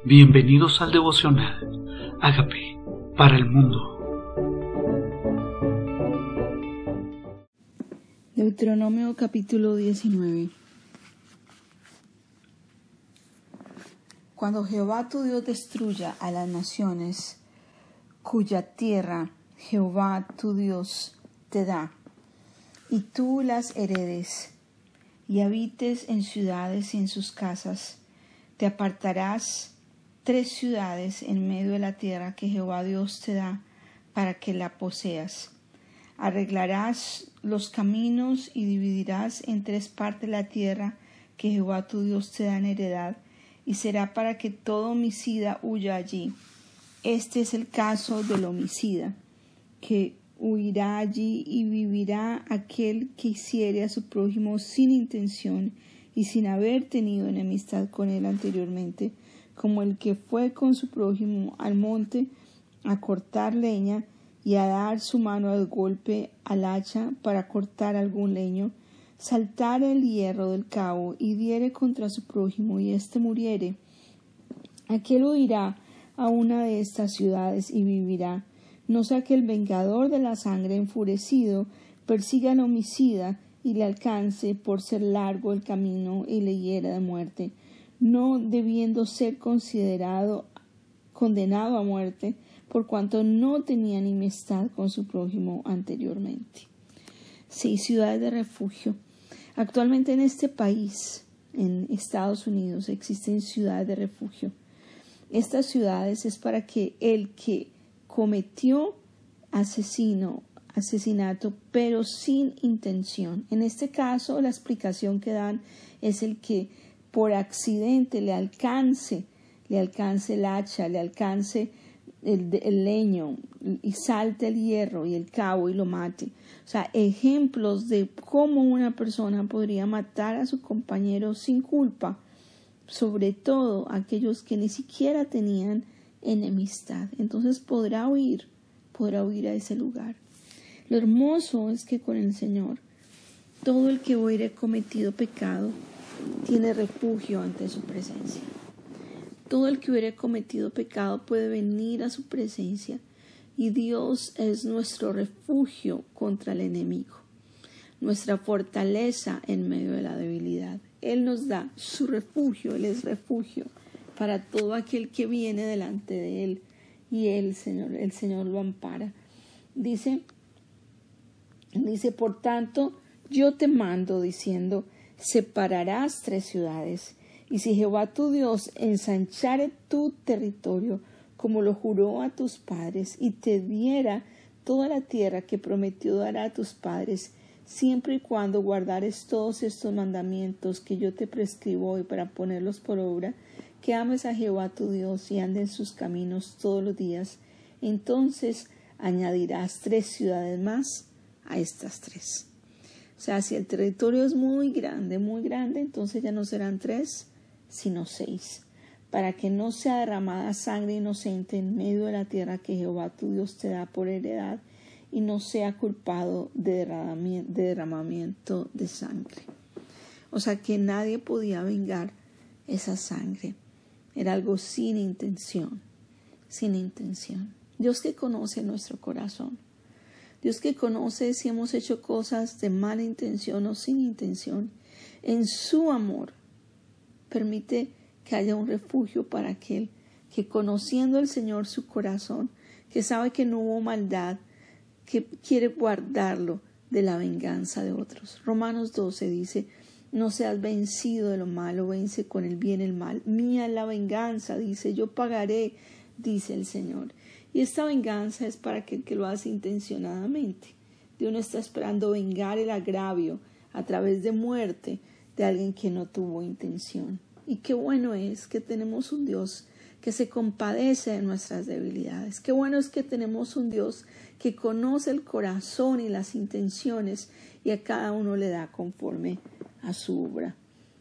Bienvenidos al devocional Ágape para el mundo. Deuteronomio capítulo 19. Cuando Jehová tu Dios destruya a las naciones cuya tierra Jehová tu Dios te da, y tú las heredes, y habites en ciudades y en sus casas, te apartarás 3 ciudades en medio de la tierra que Jehová Dios te da para que la poseas. Arreglarás los caminos y dividirás en 3 partes la tierra que Jehová tu Dios te da en heredad, y será para que todo homicida huya allí. Este es el caso del homicida, que huirá allí, y vivirá aquel que hiciere a su prójimo sin intención y sin haber tenido enemistad con él anteriormente, como el que fue con su prójimo al monte a cortar leña y a dar su mano al golpe al hacha para cortar algún leño, saltare el hierro del cabo y diere contra su prójimo, y éste muriere. Aquel huirá a una de estas ciudades y vivirá, no sea que el vengador de la sangre enfurecido persiga al homicida y le alcance por ser largo el camino y le hiera de muerte, no debiendo ser condenado a muerte, por cuanto no tenía enemistad con su prójimo anteriormente. 6 ciudades de refugio. Actualmente en este país, en Estados Unidos, existen ciudades de refugio. Estas ciudades es para que el que cometió asesinato, pero sin intención. En este caso, la explicación que dan es el que por accidente le alcance el hacha, le alcance el leño y salte el hierro y el cabo y lo mate. O sea, ejemplos de cómo una persona podría matar a su compañero sin culpa, sobre todo aquellos que ni siquiera tenían enemistad. Entonces podrá huir a ese lugar. Lo hermoso es que con el Señor todo el que hubiere cometido pecado tiene refugio ante su presencia. Todo el que hubiere cometido pecado puede venir a su presencia, y Dios es nuestro refugio contra el enemigo, nuestra fortaleza en medio de la debilidad. Él nos da su refugio, Él es refugio para todo aquel que viene delante de Él, y el Señor lo ampara. Dice, por tanto, yo te mando diciendo, separarás 3 ciudades, y si Jehová tu Dios ensanchare tu territorio, como lo juró a tus padres, y te diera toda la tierra que prometió dar a tus padres, siempre y cuando guardares todos estos mandamientos que yo te prescribo hoy para ponerlos por obra, que ames a Jehová tu Dios y andes en sus caminos todos los días, entonces añadirás 3 ciudades más a estas 3. O sea, si el territorio es muy grande, entonces ya no serán 3, sino 6, para que no sea derramada sangre inocente en medio de la tierra que Jehová tu Dios te da por heredad, y no sea culpado de derramamiento de sangre. O sea, que nadie podía vengar esa sangre. Era algo sin intención. Dios que conoce nuestro corazón. Dios que conoce si hemos hecho cosas de mala intención o sin intención, en su amor permite que haya un refugio para aquel que, conociendo al Señor su corazón, que sabe que no hubo maldad, que quiere guardarlo de la venganza de otros. Romanos 12 dice, no seas vencido de lo malo, vence con el bien el mal. Mía es la venganza, dice, yo pagaré, dice el Señor. Y esta venganza es para aquel que lo hace intencionadamente. Dios no está esperando vengar el agravio a través de muerte de alguien que no tuvo intención. Y qué bueno es que tenemos un Dios que se compadece de nuestras debilidades. Qué bueno es que tenemos un Dios que conoce el corazón y las intenciones, y a cada uno le da conforme a su obra.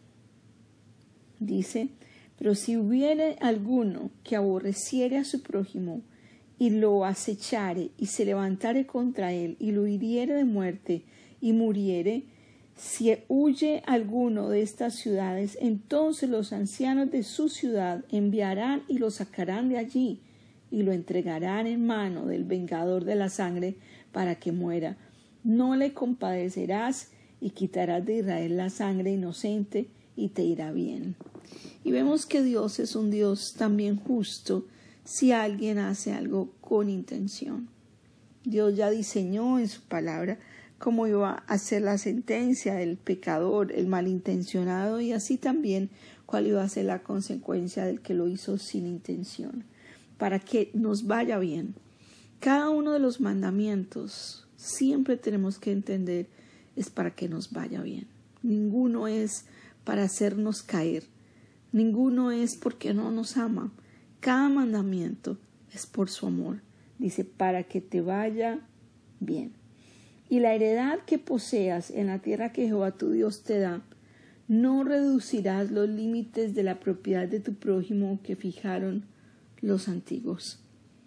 Dice, pero si hubiere alguno que aborreciere a su prójimo, y lo acechare, y se levantare contra él, y lo hiriere de muerte, y muriere, Si huye alguno de estas ciudades, entonces los ancianos de su ciudad enviarán y lo sacarán de allí y lo entregarán en mano del vengador de la sangre para que muera. No le compadecerás y quitarás de Israel la sangre inocente y te irá bien. Y vemos que Dios es un Dios también justo si alguien hace algo con intención. Dios ya diseñó en su palabra cómo iba a ser la sentencia del pecador, el malintencionado, y así también cuál iba a ser la consecuencia del que lo hizo sin intención, para que nos vaya bien. Cada uno de los mandamientos siempre tenemos que entender es para que nos vaya bien. Ninguno es para hacernos caer, ninguno es porque no nos ama. Cada mandamiento es por su amor. Dice, para que te vaya bien. Y la heredad que poseas en la tierra que Jehová tu Dios te da, no reducirás los límites de la propiedad de tu prójimo que fijaron los antiguos.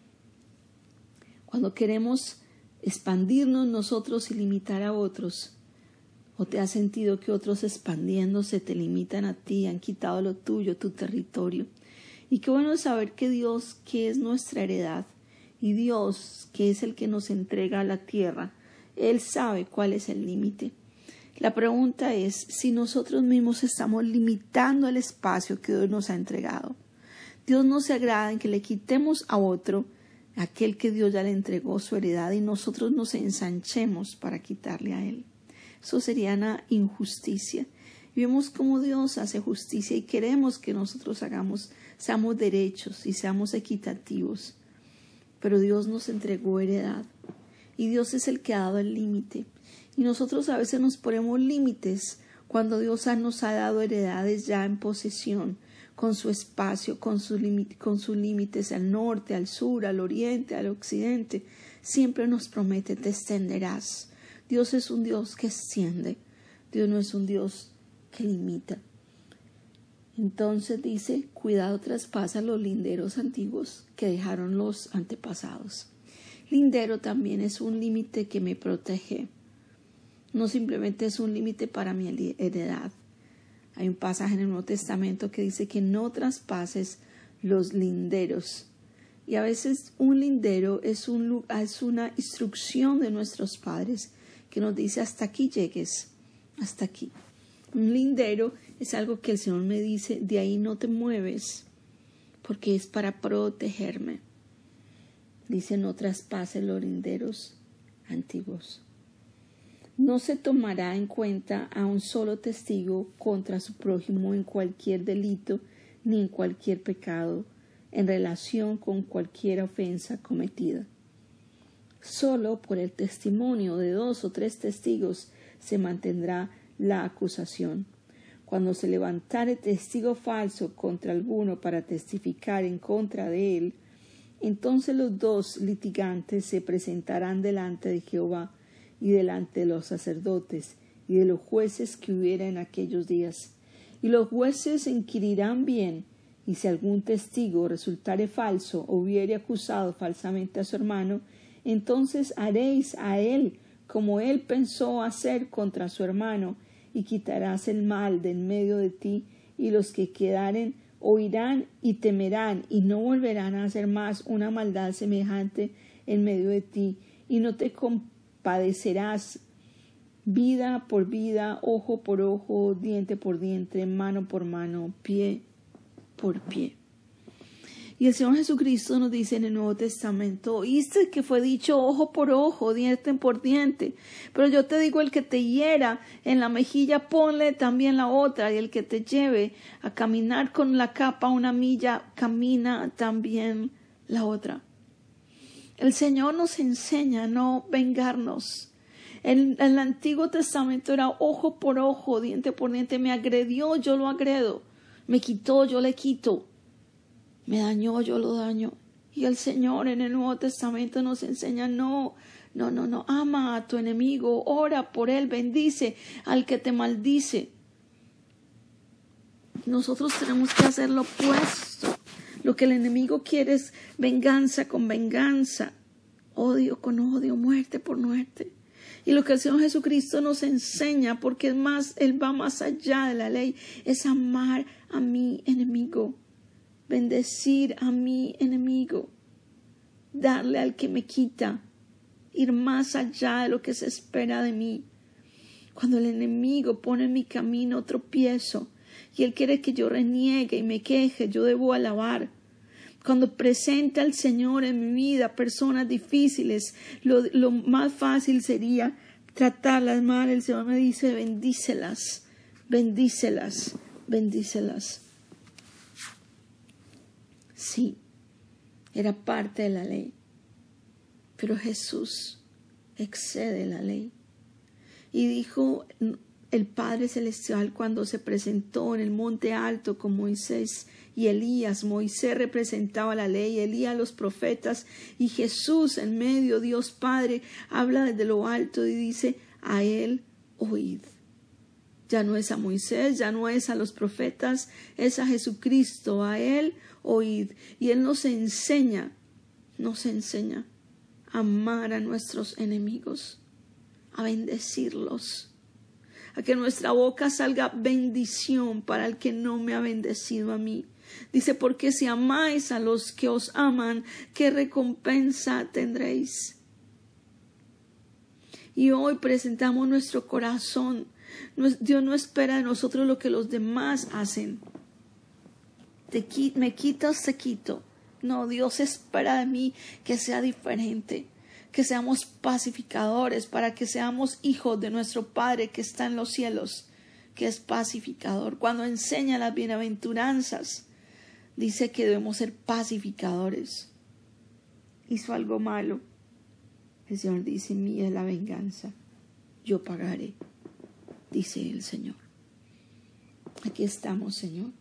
Cuando queremos expandirnos nosotros y limitar a otros, ¿o te has sentido que otros expandiéndose te limitan a ti, han quitado lo tuyo, tu territorio? Y qué bueno saber que Dios, que es nuestra heredad, y Dios, que es el que nos entrega la tierra, Él sabe cuál es el límite. La pregunta es si nosotros mismos estamos limitando el espacio que Dios nos ha entregado. Dios no se agrada en que le quitemos a otro aquel que Dios ya le entregó su heredad y nosotros nos ensanchemos para quitarle a Él. Eso sería una injusticia. Y vemos cómo Dios hace justicia y queremos que nosotros seamos derechos y seamos equitativos. Pero Dios nos entregó heredad y Dios es el que ha dado el límite. Y nosotros a veces nos ponemos límites cuando Dios nos ha dado heredades ya en posesión, con su espacio, con sus límites al norte, al sur, al oriente, al occidente. Siempre nos promete, te extenderás. Dios es un Dios que extiende. Dios no es un Dios que limita. Entonces dice, cuidado traspasa los linderos antiguos que dejaron los antepasados. Lindero también es un límite que me protege. No simplemente es un límite para mi heredad. Hay un pasaje en el Nuevo Testamento que dice que no traspases los linderos. Y a veces un lindero es una instrucción de nuestros padres que nos dice hasta aquí llegues, hasta aquí. Un lindero es algo que el Señor me dice, de ahí no te mueves, porque es para protegerme. Dice, no traspase los linderos antiguos. No se tomará en cuenta a un solo testigo contra su prójimo en cualquier delito ni en cualquier pecado en relación con cualquier ofensa cometida. Solo por el testimonio de 2 o 3 testigos se mantendrá la acusación. Cuando se levantare testigo falso contra alguno para testificar en contra de él, entonces los 2 litigantes se presentarán delante de Jehová y delante de los sacerdotes y de los jueces que hubiera en aquellos días. Y los jueces inquirirán bien, y si algún testigo resultare falso o hubiere acusado falsamente a su hermano, entonces haréis a él como él pensó hacer contra su hermano, y quitarás el mal de en medio de ti, y los que quedaren oirán y temerán, y no volverán a hacer más una maldad semejante en medio de ti, y no te compadecerás vida por vida, ojo por ojo, diente por diente, mano por mano, pie por pie. Y el Señor Jesucristo nos dice en el Nuevo Testamento, oíste que fue dicho ojo por ojo, diente por diente, pero yo te digo, el que te hiera en la mejilla, ponle también la otra, y el que te lleve a caminar con la capa 1 milla, camina también la otra. El Señor nos enseña a no vengarnos. En el Antiguo Testamento era ojo por ojo, diente por diente, me agredió, yo lo agredo, me quitó, yo le quito. Me dañó, yo lo daño. Y el Señor en el Nuevo Testamento nos enseña, no, ama a tu enemigo, ora por él, bendice al que te maldice. Nosotros tenemos que hacer lo opuesto. Lo que el enemigo quiere es venganza con venganza, odio con odio, muerte por muerte. Y lo que el Señor Jesucristo nos enseña, porque Él va más allá de la ley, es amar a mi enemigo, bendecir a mi enemigo, darle al que me quita, ir más allá de lo que se espera de mí. Cuando el enemigo pone en mi camino tropiezo y él quiere que yo reniegue y me queje, yo debo alabar. Cuando presenta al Señor en mi vida personas difíciles, lo más fácil sería tratarlas mal. El Señor me dice, bendícelas, bendícelas, bendícelas. Sí, era parte de la ley, pero Jesús excede la ley. Y dijo el Padre Celestial cuando se presentó en el monte alto con Moisés y Elías. Moisés representaba la ley, Elías los profetas, y Jesús en medio, Dios Padre, habla desde lo alto y dice, a él oíd. Ya no es a Moisés, ya no es a los profetas, es a Jesucristo, a él oíd. Y él nos enseña a amar a nuestros enemigos, a bendecirlos, a que nuestra boca salga bendición para el que no me ha bendecido a mí. Dice, porque si amáis a los que os aman, ¿qué recompensa tendréis? Y hoy presentamos nuestro corazón. Dios no espera de nosotros lo que los demás hacen. Me quitas, te quito. No, Dios espera de mí que sea diferente, que seamos pacificadores, para que seamos hijos de nuestro Padre que está en los cielos, que es pacificador. Cuando enseña las bienaventuranzas, dice que debemos ser pacificadores. Hizo algo malo, el Señor dice, mía es la venganza, yo pagaré, dice el Señor. Aquí estamos, Señor.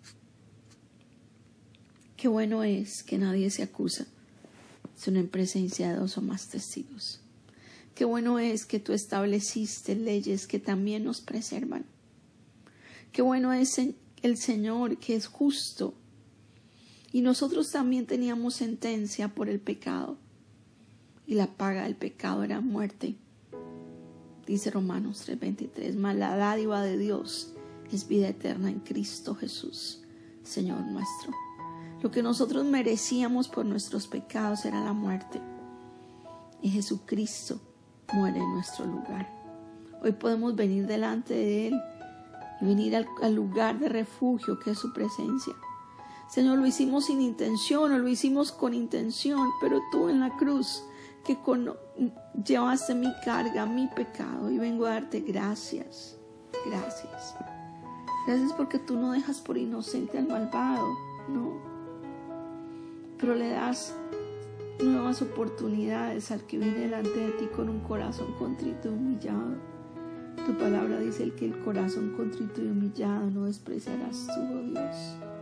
Qué bueno es que nadie se acusa, sino en presencia de 2 o más testigos. Qué bueno es que tú estableciste leyes que también nos preservan. Qué bueno es el Señor, que es justo. Y nosotros también teníamos sentencia por el pecado, y la paga del pecado era muerte. Dice Romanos 3:23, mas la dádiva de Dios es vida eterna en Cristo Jesús, Señor nuestro. Lo que nosotros merecíamos por nuestros pecados era la muerte, y Jesucristo muere en nuestro lugar. Hoy podemos venir delante de Él y venir al lugar de refugio que es su presencia. Señor, lo hicimos sin intención o lo hicimos con intención, pero tú en la cruz que llevaste mi carga, mi pecado, y vengo a darte gracias, gracias. Gracias porque tú no dejas por inocente al malvado, no, pero le das nuevas oportunidades al que viene delante de ti con un corazón contrito y humillado. Tu palabra dice el que el corazón contrito y humillado no despreciarás tú, oh Dios.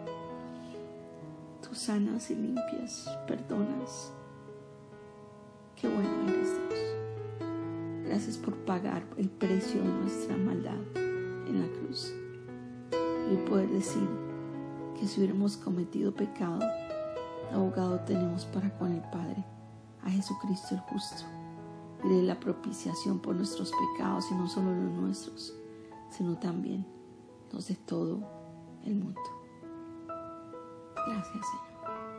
Tú sanas y limpias, perdonas. Qué bueno eres, Dios. Gracias por pagar el precio de nuestra maldad en la cruz. Y poder decir que si hubiéramos cometido pecado, abogado tenemos para con el Padre, a Jesucristo el justo. Y de la propiciación por nuestros pecados, y no solo los nuestros, sino también los de todo el mundo. Gracias, Señor.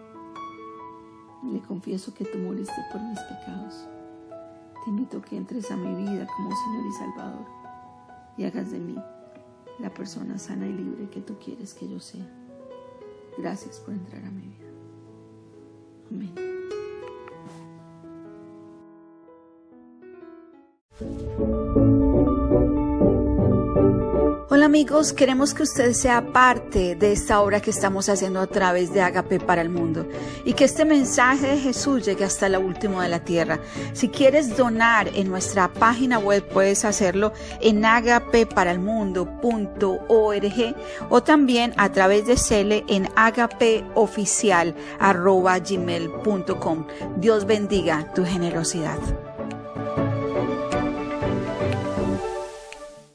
Le confieso que tú moriste por mis pecados. Te invito a que entres a mi vida como Señor y Salvador y hagas de mí la persona sana y libre que tú quieres que yo sea. Gracias por entrar a mi vida. Amén. Hola amigos, queremos que usted sea parte de esta obra que estamos haciendo a través de Ágape para el mundo y que este mensaje de Jesús llegue hasta lo último de la tierra. Si quieres donar en nuestra página web, puedes hacerlo en agapeparalmundo.org o también a través de Cele en agapeoficial@gmail.com. Dios bendiga tu generosidad.